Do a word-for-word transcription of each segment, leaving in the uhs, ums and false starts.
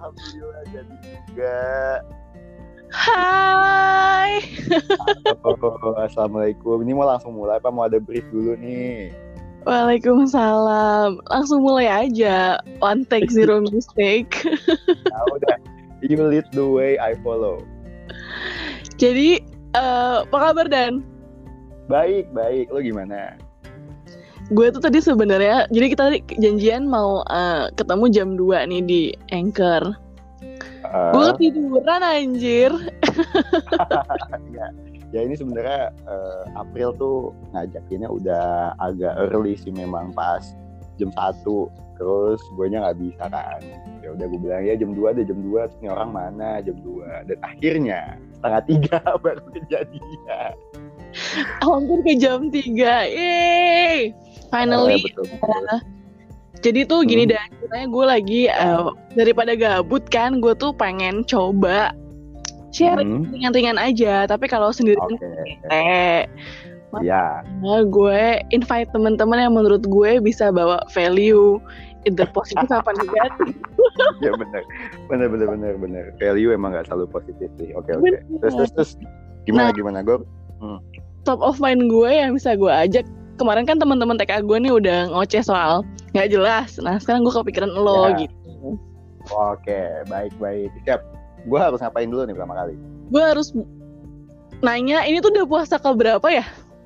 Alhamdulillah jadi juga. Hai. Oh, assalamualaikum. Ini mau langsung mulai apa mau ada brief dulu nih? Waalaikumsalam. Langsung mulai aja. One take zero mistake. Nah, udah. You lead the way, I follow. Jadi, uh, apa kabar Dan? Baik, baik. Lo gimana? Gue tuh tadi sebenarnya, jadi kita tadi janjian mau uh, ketemu jam dua nih di Anchor. Uh, gue ketiduran anjir. ya, ya ini sebenarnya uh, April tuh ngajakinnya udah agak early sih memang pas jam satu. Terus gue nya nggak bisa kan. Ya udah gue bilang ya jam dua deh jam dua. Terus ini orang mana jam dua. Dan akhirnya setengah tiga baru kejadian. Hampir ke jam tiga. Yeay. Finally. Oh, ya, betul, betul. Jadi tuh gini hmm. dah, ceritanya gue lagi uh, daripada gabut kan, gue tuh pengen coba share hmm. ringan-ringan aja. Tapi kalau sendiri okay. ya, yeah. gue invite teman-teman yang menurut gue bisa bawa value, either positif apa negatif. Ya benar, benar benar benar benar. Value emang nggak selalu positif sih. Oke okay, oke. Okay. Terus terus terus gimana nah, gimana gue? Hmm. Top of mind gue yang bisa gue ajak. Kemarin kan teman-teman T K gue nih udah ngoceh soal nggak jelas. Nah sekarang gue kepikiran lo ya. Gitu. Oke, baik-baik. Siap. Gue harus ngapain dulu nih pertama kali? Gue harus nanya, ini tuh udah puasa ke berapa ya?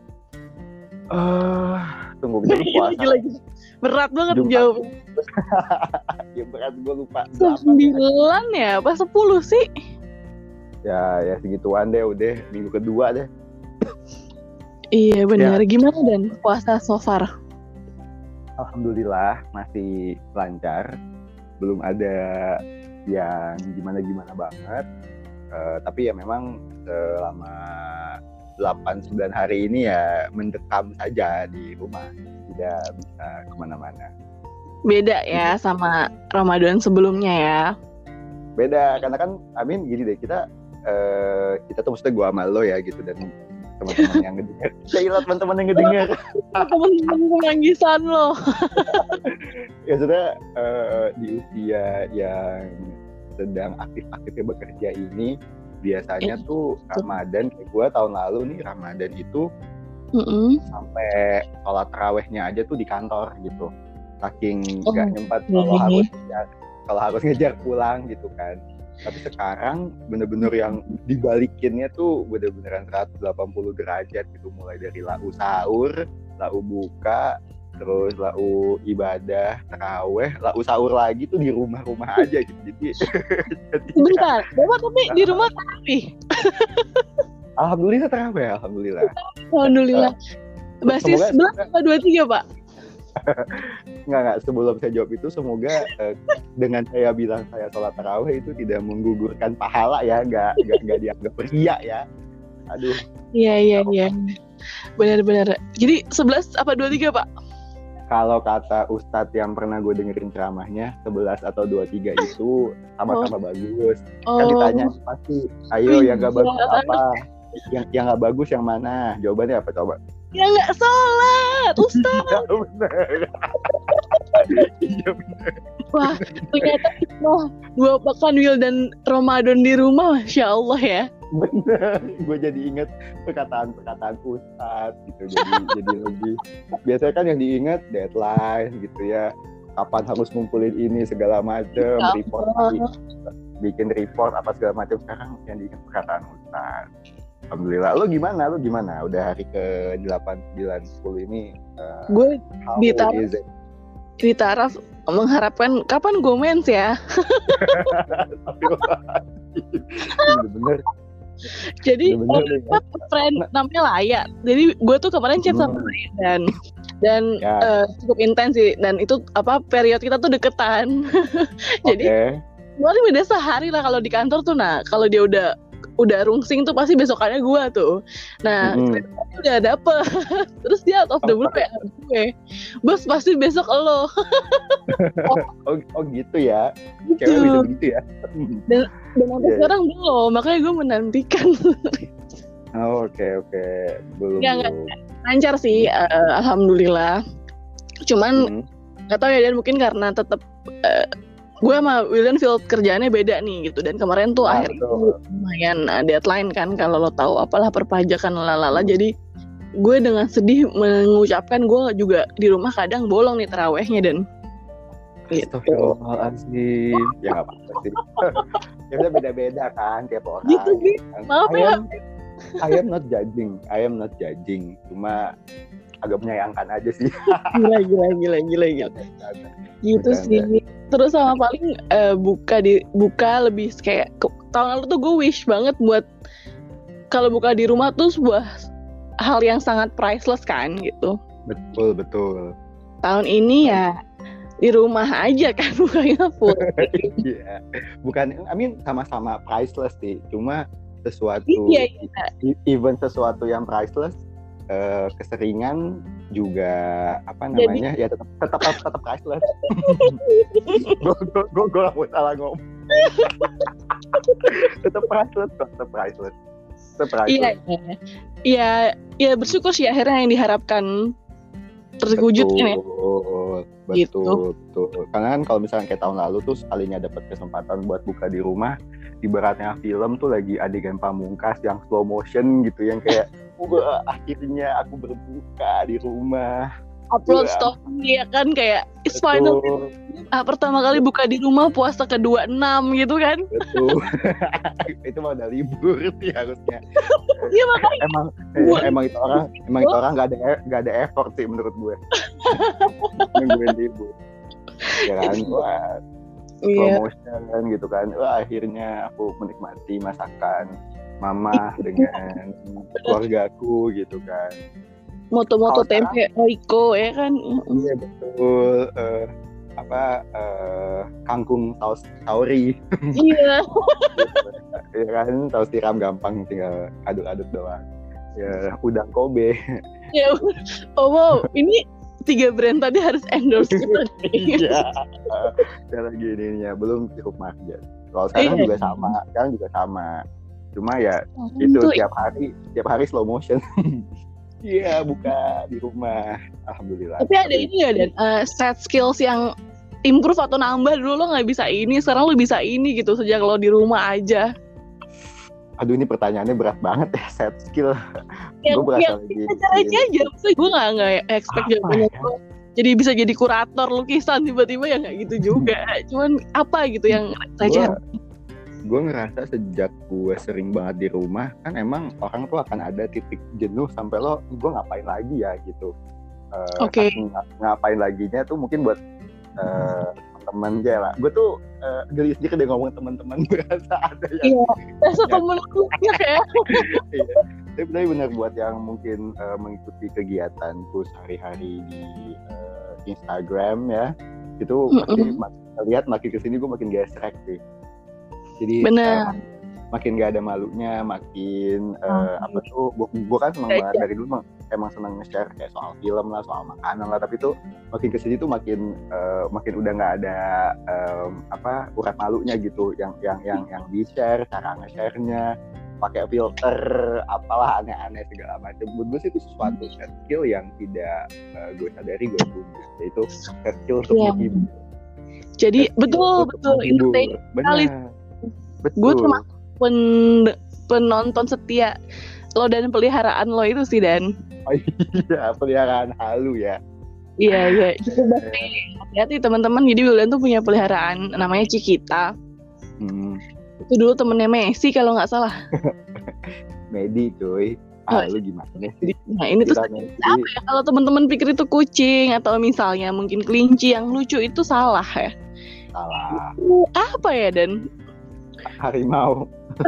Eh, uh, tunggu gue puasa. Gila, gila. Berat banget jawab. Ya berat, gue lupa. Sembilan ya? Apa sepuluh sih? Ya, ya segituan deh. Udah minggu kedua deh. Iya benar. Ya. Gimana Dan puasa so far? Alhamdulillah masih lancar. Belum ada yang gimana-gimana banget. Uh, tapi ya memang selama delapan sembilan hari ini ya mendekam saja di rumah. Tidak bisa kemana-mana. Beda ya sama Ramadan sebelumnya ya? Beda, karena kan Amin gini deh, kita uh, kita tuh maksudnya gue sama lo ya gitu, dan teman-teman yang ngedengar. Saya teman-teman yang ngedengar. Teman-teman penanggisan lo. Ya sudah uh, di usia yang sedang aktif-aktifnya bekerja ini biasanya eh, tuh Ramadan kayak gue tahun lalu nih Ramadan itu mm-hmm. sampai sholat tarawehnya aja tuh di kantor gitu. Saking nggak oh, nyempat kalau harus ngejar, kalau harus ngejar pulang gitu kan. Tapi sekarang bener-bener yang dibalikinnya tuh bener-beneran seratus delapan puluh derajat gitu, mulai dari lau sahur, lau buka, terus lau ibadah, taraweh, lau sahur lagi tuh di rumah-rumah aja gitu. Jadi, jadi bentar, Bapak tapi di rumah tarawih? Alhamdulillah taraweh, alhamdulillah. Alhamdulillah. Basis sebelas atau dua puluh tiga Pak? Nggak, nggak, sebelum saya jawab itu semoga eh, dengan saya bilang saya sholat tarawih itu tidak menggugurkan pahala ya, nggak nggak nggak dianggap ria ya. Aduh. Iya iya iya. Benar-benar. Jadi sebelas apa dua puluh tiga Pak? Kalau kata Ustadz yang pernah gue dengerin ceramahnya, sebelas atau dua puluh tiga itu sama-sama oh. bagus. Oh. Kan ditanya pasti, ayo yang nggak bagus apa? Yang yang nggak bagus yang mana? Jawabannya apa coba? Ya nggak sholat, Ustaz. Ya benar. Iya benar. Wah, ternyata wah, dua pekan Will dan Ramadan di rumah, Masya Allah ya. Bener, gue jadi inget perkataan-perkataan Ustaz gitu, jadi jadi lebih. Biasanya kan yang diingat deadline gitu ya, kapan harus ngumpulin ini segala macam, report lagi, bikin report apa segala macam. Sekarang yang diingat perkataan Ustaz. Alhamdulillah. Lo gimana? Lo gimana? Udah hari ke delapan, sembilan, sepuluh ini uh, gue di taraf di taraf mengharapkan kapan gue mens ya. Bener-bener. Jadi bener-bener, friend ya. Namanya Laya. Jadi gue tuh kemarin chat sama Laya dan dan ya. uh, cukup intens sih, dan itu apa periode kita tuh deketan. Jadi okay. Kemarin beda sehari lah kalau di kantor tuh. Nah kalau dia udah udah rungsing tuh pasti besokannya gue tuh. Nah mm-hmm. udah dapet. Terus dia out of the blue kayak gue, bos pasti besok lo. oh, oh gitu ya. Gitu. Cewek bisa begitu ya. Dan dan sampai yeah. sekarang belum, makanya gue menantikan. Oh, oke okay, oke okay. belum. Nggak, nggak lancar sih, uh, alhamdulillah. Cuman nggak mm-hmm. tahu ya, dan mungkin karena tetap uh, gue sama William field kerjaannya beda nih gitu, dan kemarin tuh ah, akhirnya lumayan uh, deadline kan, kalau lo tahu apalah perpajakan lalala. Hmm. Jadi gue dengan sedih mengucapkan gue juga di rumah kadang bolong nih tarawehnya dan Astagfirullahaladzim. Ya gak apa-apa sih. Ya udah beda-beda kan tiap orang. Gitu sih. Maaf ya. I am not judging. I am not judging. Cuma agak menyayangkan aja sih. Gila, gila, gila, gila, gila. Gitu sih. Terus sama paling uh, buka di buka lebih kayak tahun lalu tuh gue wish banget buat kalau buka di rumah tuh sebuah hal yang sangat priceless kan gitu. Betul, betul. Tahun ini ya di rumah aja kan bukanya full. Iya. Bukan, I mean sama-sama priceless sih. Cuma sesuatu, iya, iya. even sesuatu yang priceless, uh, keseringan juga apa namanya, jadi, ya tetap tetap tetap priceless. Gue gue gue nggak mau salah ngomong. Tetap priceless, tetap priceless. Tetap priceless. Iya, iya, iya, iya, bersyukur sih akhirnya yang diharapkan terwujud kan ya. Betul, gitu. Betul. Karena kan kalau misalnya kayak tahun lalu tuh sekalinya dapat kesempatan buat buka di rumah, ibaratnya film tuh lagi adegan pamungkas yang slow motion gitu, yang kayak wah akhirnya aku berbuka di rumah. Upload story ya kan, kayak it's final. Ah, pertama kali buka di rumah, puasa kedua enam gitu kan. Betul. Itu mah udah libur sih harusnya. Iya makanya. Emang eh, emang itu orang emang itu orang nggak ada nggak ada effort sih menurut gue. Nungguin libur. Ya kan, wah. Yeah. Promotion gitu kan. Wah, akhirnya aku menikmati masakan mama dengan keluargaku gitu kan. Moto-moto tempe Oiko ya kan. Iya betul. Uh, apa uh, kangkung saus sauri. Iya. Ya kan, saus tiram gampang, tinggal aduk-aduk doang. Ya udang Kobe. Ya. Oh wow, ini tiga brand tadi harus endorse kita. Iya. Ya lagi ininya belum cukup market. Kalau sekarang juga sama, sekarang juga sama. Cuma ya oh, itu untuk tiap hari, tiap hari slow motion. Iya, yeah, buka di rumah. Alhamdulillah. Tapi ada ini ya, dan uh, set skills yang improve atau nambah. Dulu lo nggak bisa ini, sekarang lo bisa ini gitu sejak lo di rumah aja. Aduh, ini pertanyaannya berat banget ya, set skill. Ya, gue berasa lagi. Caranya aja, maksudnya gue nggak nggak expect jawabannya ya? Jadi bisa jadi kurator lukisan tiba-tiba ya nggak gitu juga. Cuman apa gitu yang saja. Gue ngerasa sejak gue sering banget di rumah, kan emang orang tuh akan ada titik jenuh sampai lo, gue ngapain lagi ya gitu. Uh, Oke. Okay. Ng- ngapain laginya tuh mungkin buat uh, teman-teman aja lah. Gue tuh uh, geli sedikit deh ngomong teman-teman, berasa ada yang. Iya. Rasa temen lu kayak. Iya. Tapi benar buat yang mungkin uh, mengikuti kegiatanku sehari-hari di uh, Instagram ya, itu mm-hmm. makin lihat makin kesini gue makin gesrek sih. Jadi uh, makin gak ada malunya, makin uh, oh. apa tuh, gue kan seneng banget dari dulu emang seneng nge-share kayak soal film lah, soal makanan lah, tapi tuh makin kesini tuh makin uh, makin udah nggak ada um, apa urat malunya gitu, yang yang yang yang di-share, cara nge-share-nya pakai filter, apalah aneh-aneh segala macam. Menurut gue sih itu sesuatu skill yang tidak uh, gue sadari gue punya, yaitu skill untuk menghibur. Jadi betul betul entertain sekali. Betul. Gue termasuk pen, penonton setia lo dan peliharaan lo itu sih, Dan. Oh iya, peliharaan halu ya. Iya, iya. Hati-hati teman-teman, jadi Wildan tuh punya peliharaan namanya Cikita. Hmm. Itu dulu temennya Messi kalau nggak salah. Medi cuy. Ah, lu gimana sih? Nah, ini tuh apa ya? Kalau teman-teman pikir itu kucing atau misalnya mungkin kelinci yang lucu, itu salah ya. Salah. Apa ya, Dan? Harimau.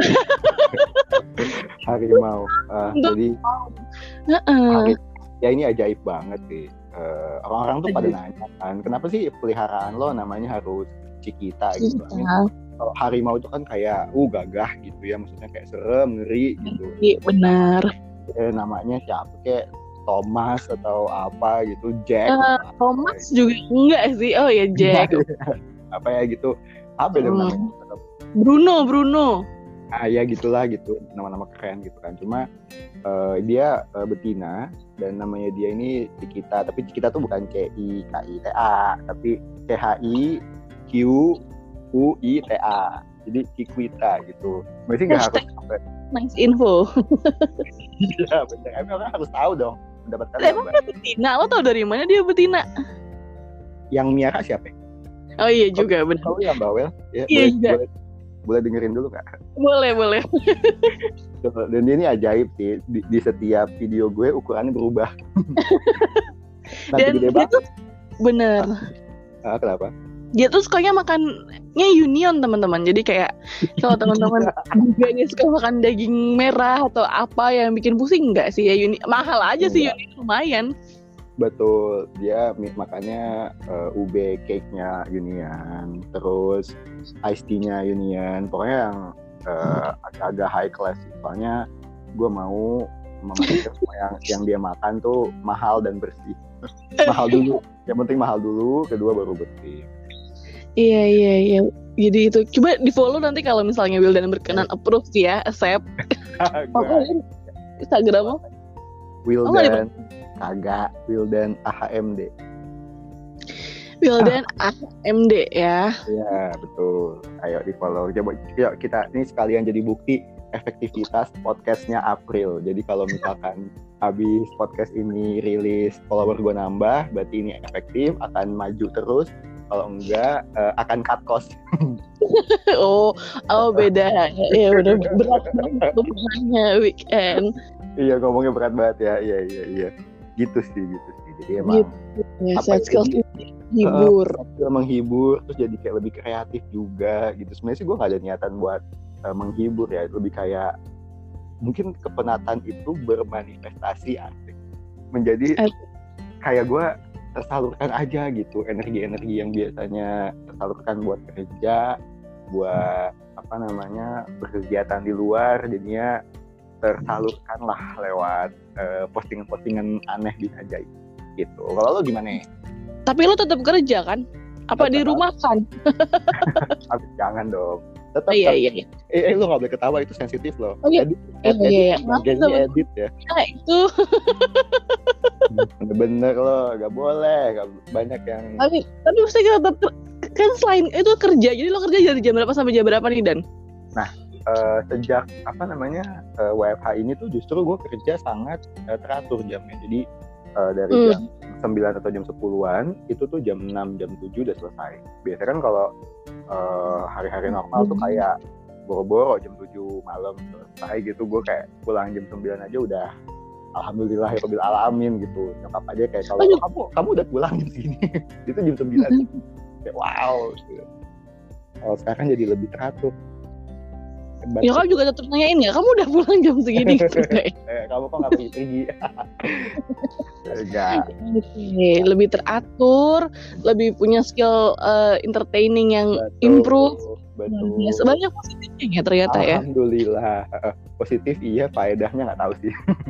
Harimau. Uh, jadi uh-uh. ya ini ajaib banget sih. Uh, orang-orang tuh pada nanya kan, kenapa sih peliharaan lo namanya harus Cikita gitu. Iya. Kalau harimau itu kan kayak uh gagah gitu ya, maksudnya kayak serem, ngeri gitu. Iya, benar. Eh, namanya siapa kayak Thomas atau apa gitu, Jack. Uh, Thomas gitu. Juga enggak sih. Oh ya Jack. Apa ya gitu. Apa hmm. namanya? Bruno, Bruno. Ah ya gitulah gitu, nama-nama keren gitu kan. Cuma uh, dia uh, betina dan namanya dia ini Cikita, tapi Cikita tuh bukan C I K I T A, tapi C H I Q U I T A. Jadi Ciquita gitu. Masih nggak harus sampai. Nice info. Iya bener. Emang orang harus tahu dong mendapatkan gambar. Emang dia betina? Lo tau dari mana dia betina? Yang Miara siapa? Oh iya juga benar. Tahu ya Mbak Wel? Ya, iya boleh, juga. Boleh, boleh dengerin dulu nggak? Boleh boleh. Dan dia ini ajaib sih. Di, di setiap video gue ukurannya berubah. Dan dia tuh bener. Ah, kenapa? Dia tuh sukanya makannya Union teman-teman. Jadi kayak kalau teman-teman juga dia suka makan daging merah atau apa yang bikin pusing nggak sih ya Union? Mahal aja sih Union, lumayan. Betul, dia makanya uh, U B cake-nya Union, terus iced tea-nya Union. Pokoknya yang uh, agak-agak high class. Soalnya gue mau memastikan semua yang yang dia makan tuh mahal dan bersih. Mahal dulu, yang penting mahal dulu, kedua baru bersih. Iya iya iya. Jadi itu coba di follow nanti kalau misalnya Wildan berkenan approve sih ya, accept. Pokoknya Instagram lo. Wildan kagak Wildan A H M D. Wildan A H M D ya. Iya betul. Ayo di follow. Coba yuk kita ini sekalian jadi bukti efektivitas podcastnya April. Jadi kalau misalkan habis podcast ini rilis follower gue nambah, berarti ini efektif, akan maju terus. Kalau enggak uh, akan cut cost. oh, oh beda. Ya udah berat banget hubungannya weekend. Iya ngomongnya berat banget ya. Iya iya iya. Gitu sih gitu sih. Jadi emang gitu. Ya, apa skills menghibur. Uh, menghibur terus jadi kayak lebih kreatif juga gitu. Sebenarnya sih gue nggak ada niatan buat uh, menghibur ya. Lebih kayak mungkin kepenatan itu bermanifestasi asik. Menjadi As- kayak gue tersalurkan aja gitu energi-energi yang biasanya tersalurkan buat kerja, buat apa namanya berkegiatan di luar, jadinya tersalurkan lah lewat uh, postingan-postingan aneh di Ajaib gitu. Kalau lo gimana? Tapi lo tetap kerja kan? Apa tetap di rumah kan? Jangan dong. Tetap. Oh, iya iya. iya. Eh, eh lo nggak boleh ketawa, itu sensitif loh. Oh iya. Edit, eh, edit, iya iya. edit, edit, edit ya. Nah itu. Bener-bener loh, nggak boleh. Gak, banyak yang. Tapi tapi mesti kita tetap kan selain itu kerja. Jadi lo kerja dari jam berapa sampai jam berapa nih Dan? Nah uh, sejak apa namanya uh, W F H ini tuh justru gue kerja sangat uh, teratur jamnya. Jadi uh, dari hmm. jam sembilan atau jam sepuluhan itu tuh jam enam jam tujuh udah selesai. Biasanya kan kalau uh, hari-hari normal hmm. tuh kayak boro-boro jam tujuh malam selesai gitu. Gue kayak pulang jam sembilan aja udah alhamdulillahirabbil alamin gitu. Nyokap aja kayak kalau oh, kamu kamu udah pulang jam segini. Itu jam sembilan. Kayak wow gitu. Kalau sekarang jadi lebih teratur. Ya kamu juga tetap nanyain ya, kamu udah pulang jam segini? eh, kamu kok nggak pergi-pergi? Enggak. Okay. Lebih teratur, lebih punya skill uh, entertaining yang betul, improve. Betul. Ya, sebanyak positifnya ya ternyata ya. Alhamdulillah. Positif iya, faedahnya nggak tahu sih.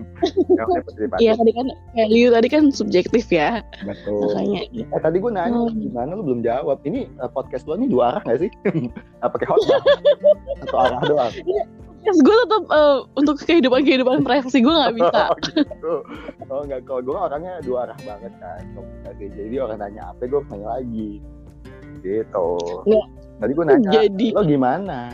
Iya tadi kan value tadi kan subjektif ya. Betul. Makanya. Eh tadi gue nanya hmm. gimana lu belum jawab. Ini uh, podcast lu ini dua arah nggak sih? Apa pakai hotbar? Atau arah doang? Yes, gue tetap uh, untuk kehidupan-kehidupan privasi gue nggak bisa. Oh, gitu. Oh nggak, kalau gue orangnya dua arah banget kan komunikasi. Jadi orang nanya apa, gue nanya lagi. Gitu. Nggak. Tadi gue nanya, jadi, lo gimana?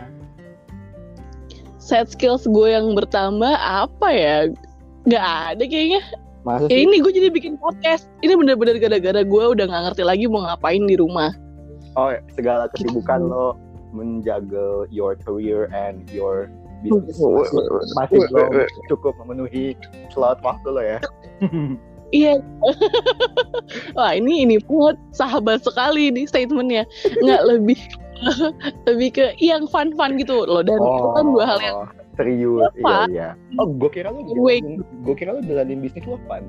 Set skills gue yang bertambah apa ya? Nggak ada kayaknya. Masa ya ini gue jadi bikin podcast. Ini bener-bener gara-gara gue udah nggak ngerti lagi mau ngapain di rumah. Oh segala kesibukan hmm. lo menjaga your career and your business masih, masih belum cukup memenuhi slot waktu lo ya. Iya. Wah ini ini buat sahabat sekali nih statementnya. Nggak lebih lebih ke yang fun-fun gitu loh. Dan oh, itu kan dua hal yang serius. Iya iya. Oh gue kira lo gue kira lo jalanin bisnis lo fun.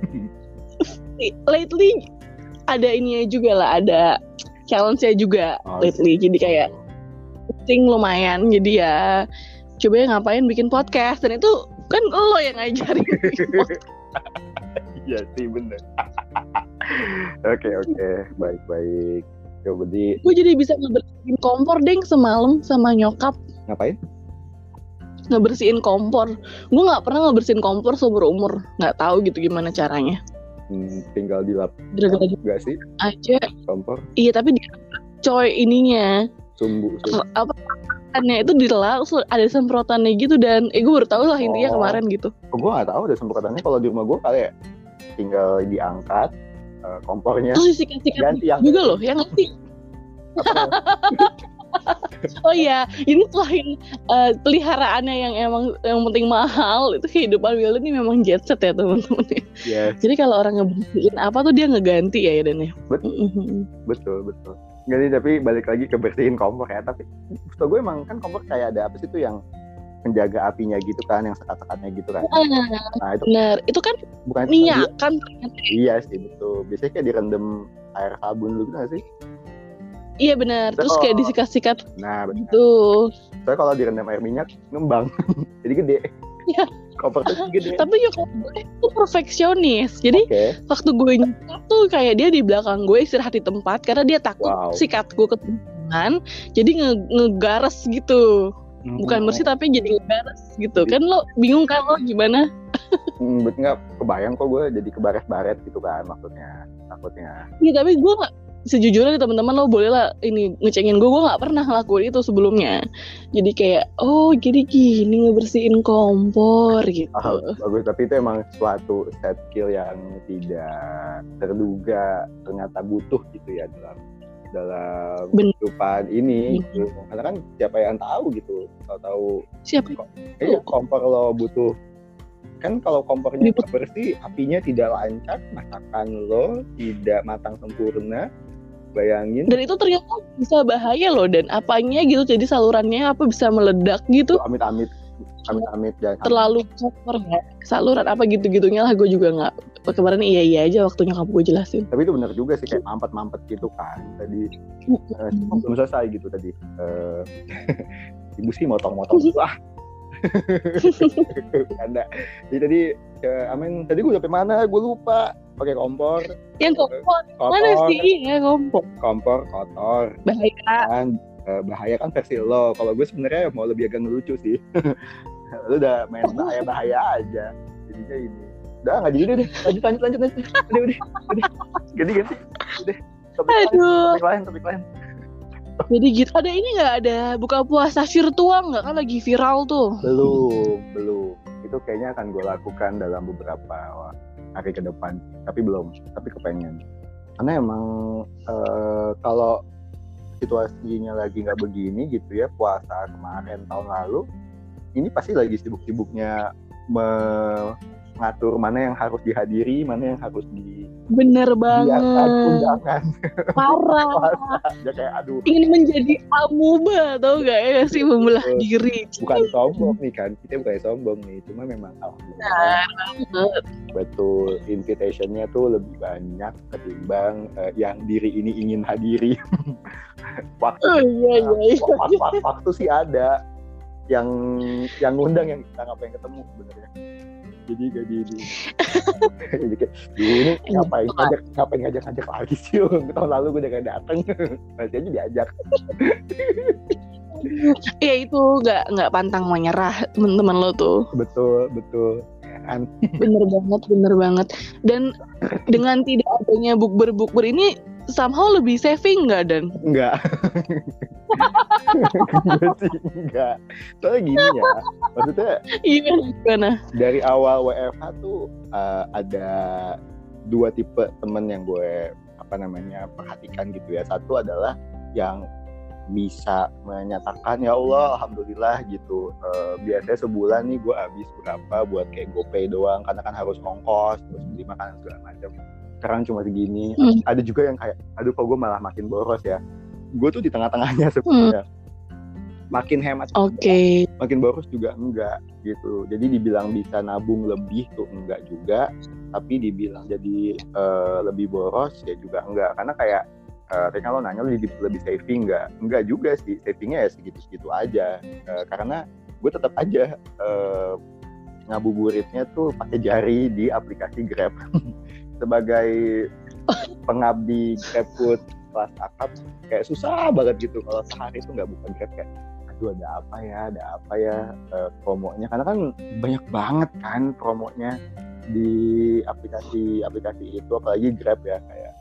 Lately ada ininya juga lah, ada challenge-nya juga oh, lately. Jadi kayak pusing lumayan. Jadi ya coba ya ngapain bikin podcast, dan itu kan lo yang ngajarin. Iya sih bener. Oke oke baik baik. Coba di. Gue jadi bisa ngebersihin kompor deng semalam sama nyokap. Ngapain? Ngebersihin kompor. Gue nggak pernah ngebersihin kompor seumur umur. Nggak tahu gitu gimana caranya. Hmm, tinggal dilap. Gara-gara nggak sih? Aja. Kompor. Iya tapi dia coy ininya sumbu, sumbu. apa makannya itu dilak terus ada semprotannya gitu dan eh gue baru tahu lah intinya oh. kemarin gitu. Oh, gue nggak tahu ada semprotannya. Kalau di rumah gue kali ya tinggal diangkat uh, kompornya. Terus sikat-sikat ganti yang juga loh, yang ngerti. Oh iya, ini selain uh, peliharaannya yang emang yang penting mahal, itu kehidupan Wildan ini memang jet set ya teman-teman. Yes. Jadi kalau orang ngebersihin apa tuh dia ngeganti ya Dan ya. Betul, betul, betul. Ganti tapi balik lagi ke bersihin kompor ya. Tapi setahu gue emang kan kompor kayak ada apa sih tuh yang menjaga apinya gitu kan, yang sekat-sekatnya gitu kan. Nah itu benar, itu kan bukan minyak kan? Iya sih betul. Biasanya kayak direndam air sabun dulu gitu gak sih? Iya benar, terus kayak disikat-sikat. Nah benar. Gitu. Soalnya kalau direndam air minyak ngembang, jadi gede. Iya. Kompor tuh gede. Tapi nyokap gue itu perfeksionis. Jadi okay. waktu gue nyekat tuh kayak dia di belakang gue istirahat di tempat karena dia takut wow. sikat gue ke tangan, jadi nge- ngegares gitu. Hmm. Bukan bersih tapi jadi ngegares gitu. Kan lo bingung kan lo gimana? Hmm, betul nggak kebayang kok gue jadi kebaret-baret gitu kan maksudnya takutnya. Iya tapi gue nggak sejujurnya teman-teman lo boleh lah ini ngecengin gue, gue nggak pernah ngelakuin itu sebelumnya. Jadi kayak oh jadi gini ngebersihin kompor gitu. Oh, bagus, tapi itu emang suatu set skill yang tidak terduga ternyata butuh gitu ya dalam dalam kehidupan ini. Gitu. Karena kan siapa yang tahu gitu, kalau tahu siapa? Kayaknya kompor lo butuh. Kan kalau kompornya tidak bersih, apinya tidak lancar, masakan lo tidak matang sempurna. Bayangin. Dan itu ternyata bisa bahaya loh, dan apanya gitu, jadi salurannya apa bisa meledak gitu. Amit-amit, amit-amit jangan. Terlalu kotor ya, saluran apa gitu-gitunya lah gue juga nggak. Kemarin iya iya aja waktu nyokap gue jelasin. Tapi itu benar juga sih kayak mampet-mampet gitu kan. Tadi uh, belum selesai gitu tadi. Uh, ibu sih motong-motong lah. Ada. Jadi tadi uh, Amin tadi gue sampai mana? Gue lupa. Pakai kompor. Yang kompor. Kotor. Mana sih ya kompor? Kompor kotor. Bahaya. Kan uh, bahaya kan versi lo. Kalau gue sebenarnya mau lebih agak ngelucu sih. Lu udah main bahaya-bahaya aja. Jadinya ini. Udah nggak jadi deh. Lanjut lanjut lanjut lanjut. Udah udah. Udah. Ganti ganti. Udah. Topik lain. Topik lain. Topik lain. Jadi gitu. Ada ini nggak ada buka puasa virtual nggak kan lagi viral tuh? Belum belum. Itu kayaknya akan gue lakukan dalam beberapa hari ke depan. Tapi belum. Tapi kepengen. Karena emang uh, kalau situasinya lagi nggak begini gitu ya, puasa kemarin tahun lalu, ini pasti lagi sibuk-sibuknya mengatur mana yang harus dihadiri, mana yang harus di bener banget undangan. Parah. Ya kayak aduh. Ingin menjadi amuba tau gak ya sih, membelah diri. Bukan sombong nih kan, kita bukan sombong nih, cuma memang alhamdulillah. Nah, betul, invitationnya tuh lebih banyak ketimbang uh, yang diri ini ingin hadiri. Waktu, oh, iya, iya, iya. Waktu, waktu, waktu sih ada yang yang ngundang yang kita ngapain ketemu sebenarnya. Jadi gak di di jadi kayak ini ngapain ngajak ngapain ngajak ngajak lagi sih, tahun lalu gue udah gak dateng masih aja diajak. Iya itu nggak nggak pantang menyerah teman-teman lo tuh. Betul betul. Kan? Bener banget bener banget. Dan dengan tidak adanya bukber bukber ini somehow lebih saving nggak Dan? Enggak. Gue sih enggak. Soalnya gini ya, maksudnya iya gimana? Dari awal W F H tuh uh, ada dua tipe temen yang gue apa namanya perhatikan gitu ya. Satu adalah yang bisa menyatakan ya Allah alhamdulillah gitu, uh, biasanya sebulan nih gue habis berapa buat kayak GoPay doang karena kan harus ongkos terus beli makanan segala macam, sekarang cuma segini. hmm. Ada juga yang kayak aduh kok gue malah makin boros ya. Gue tuh di tengah-tengahnya sebenarnya. hmm. Makin hemat okay. juga, makin boros juga enggak gitu. Jadi dibilang bisa nabung lebih tuh enggak juga, tapi dibilang jadi uh, lebih boros ya juga enggak, karena kayak Uh, tadi kalau nanya lu lebih, lebih saving nggak? Nggak juga sih, savingnya ya segitu-segitu aja. Uh, karena gue tetap aja uh, ngabuburitnya tuh pakai jari di aplikasi Grab. Sebagai pengabdi GrabFood kelas akap, kayak susah banget gitu kalau sehari tuh nggak buka Grab, kayak aduh ada apa ya, ada apa ya uh, promonya, karena kan banyak banget kan promonya di aplikasi-aplikasi itu, apalagi Grab ya, kayak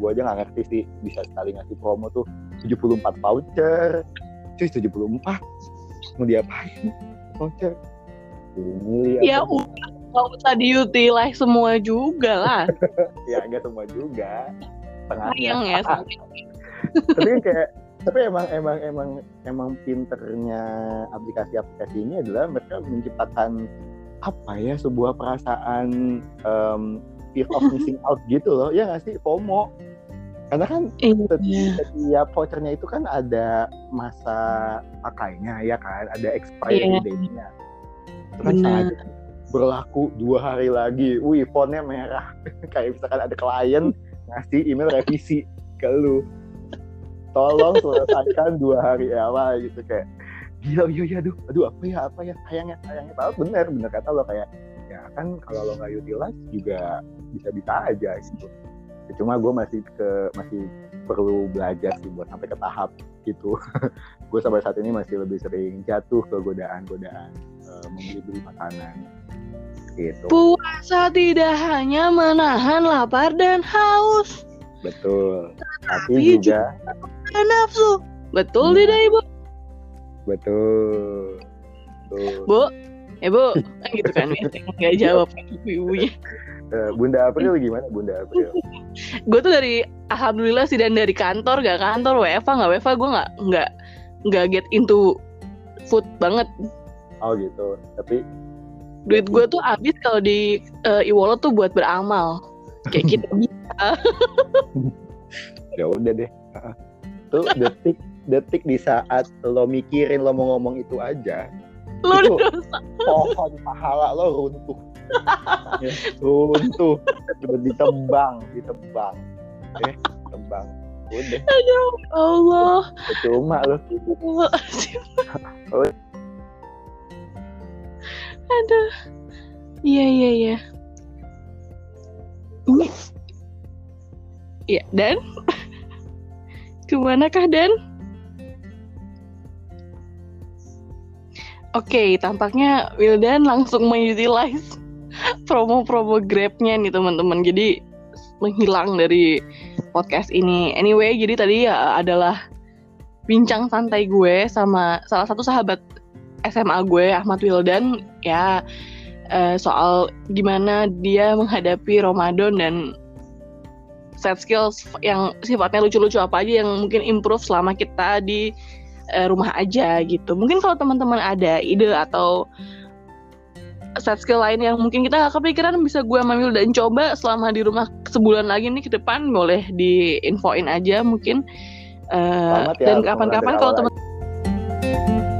gue aja nggak ngerti sih bisa sekali ngasih promo tuh tujuh puluh empat voucher. Cuy tujuh puluh empat mau diapain voucher? Ini ya udah nggak usah diutilize semua juga lah. Ya nggak semua juga. Sayang ya. Tapi kayak tapi emang emang emang emang pinternya aplikasi-aplikasi ini adalah mereka menciptakan apa ya sebuah perasaan um, fear of missing out gitu loh, ya nggak sih, FOMO. Karena kan iya. setiap vouchernya itu kan ada masa pakainya ya kan, ada expiry iya. date-nya. Itu kan sangat berlaku dua hari lagi, wih fontnya merah. Kayak misalkan ada klien ngasih email revisi ke lu, tolong selesaikan dua hari awal gitu, kayak gila, iya, iya, aduh, aduh, apa ya, apa ya, sayangnya, sayangnya, padahal bener, bener kata lo kayak, ya kan kalau lo nggak utilize juga bisa-bisa aja gitu. Ya, cuma gue masih ke, masih perlu belajar sih buat sampai ke tahap itu. Gue sampai saat ini masih lebih sering jatuh ke godaan-godaan uh, membeli-beli makanan. Gitu. Puasa tidak hanya menahan lapar dan haus. Betul. Tapi juga ada nafsu. Betul tidak nah. Ibu? Betul. Betul. Bu, ya Bu, kan gitu kan nggak jawab ibu-ibunya. Bunda April gimana Bunda April? Gue tuh dari alhamdulillah sih, dan dari kantor gak kantor W F A nggak W F A gue nggak nggak nggak get into food banget. Oh gitu. Tapi duit gue tuh habis kalau di uh, e-wallet tuh buat beramal kayak gitu. Ya udah deh. Tuh detik detik di saat lo mikirin lo mau ngomong itu aja, lo itu pohon pahala lo runtuh. Ya, runtuh, udah ditebang, ditebang, eh, tebang, udah. Aduh, Allah. Cuma lo. Aduh, iya iya iya. Ini, ya Dan, kemanakah Dan? Oke, okay, tampaknya Wildan langsung mengutilize promo-promo Grab-nya nih teman-teman. Jadi menghilang dari podcast ini. Anyway, jadi tadi ya adalah bincang santai gue sama salah satu sahabat S M A gue, Ahmad Wildan, ya uh, soal gimana dia menghadapi Ramadan dan set skills yang sifatnya lucu-lucu apa aja yang mungkin improve selama kita di uh, rumah aja gitu. Mungkin kalau teman-teman ada ide atau set skill lain yang mungkin kita gak kepikiran, bisa gue sama Wildan coba selama di rumah sebulan lagi nih ke depan, boleh di-infoin aja mungkin. Uh, ya, dan kapan-kapan kalau teman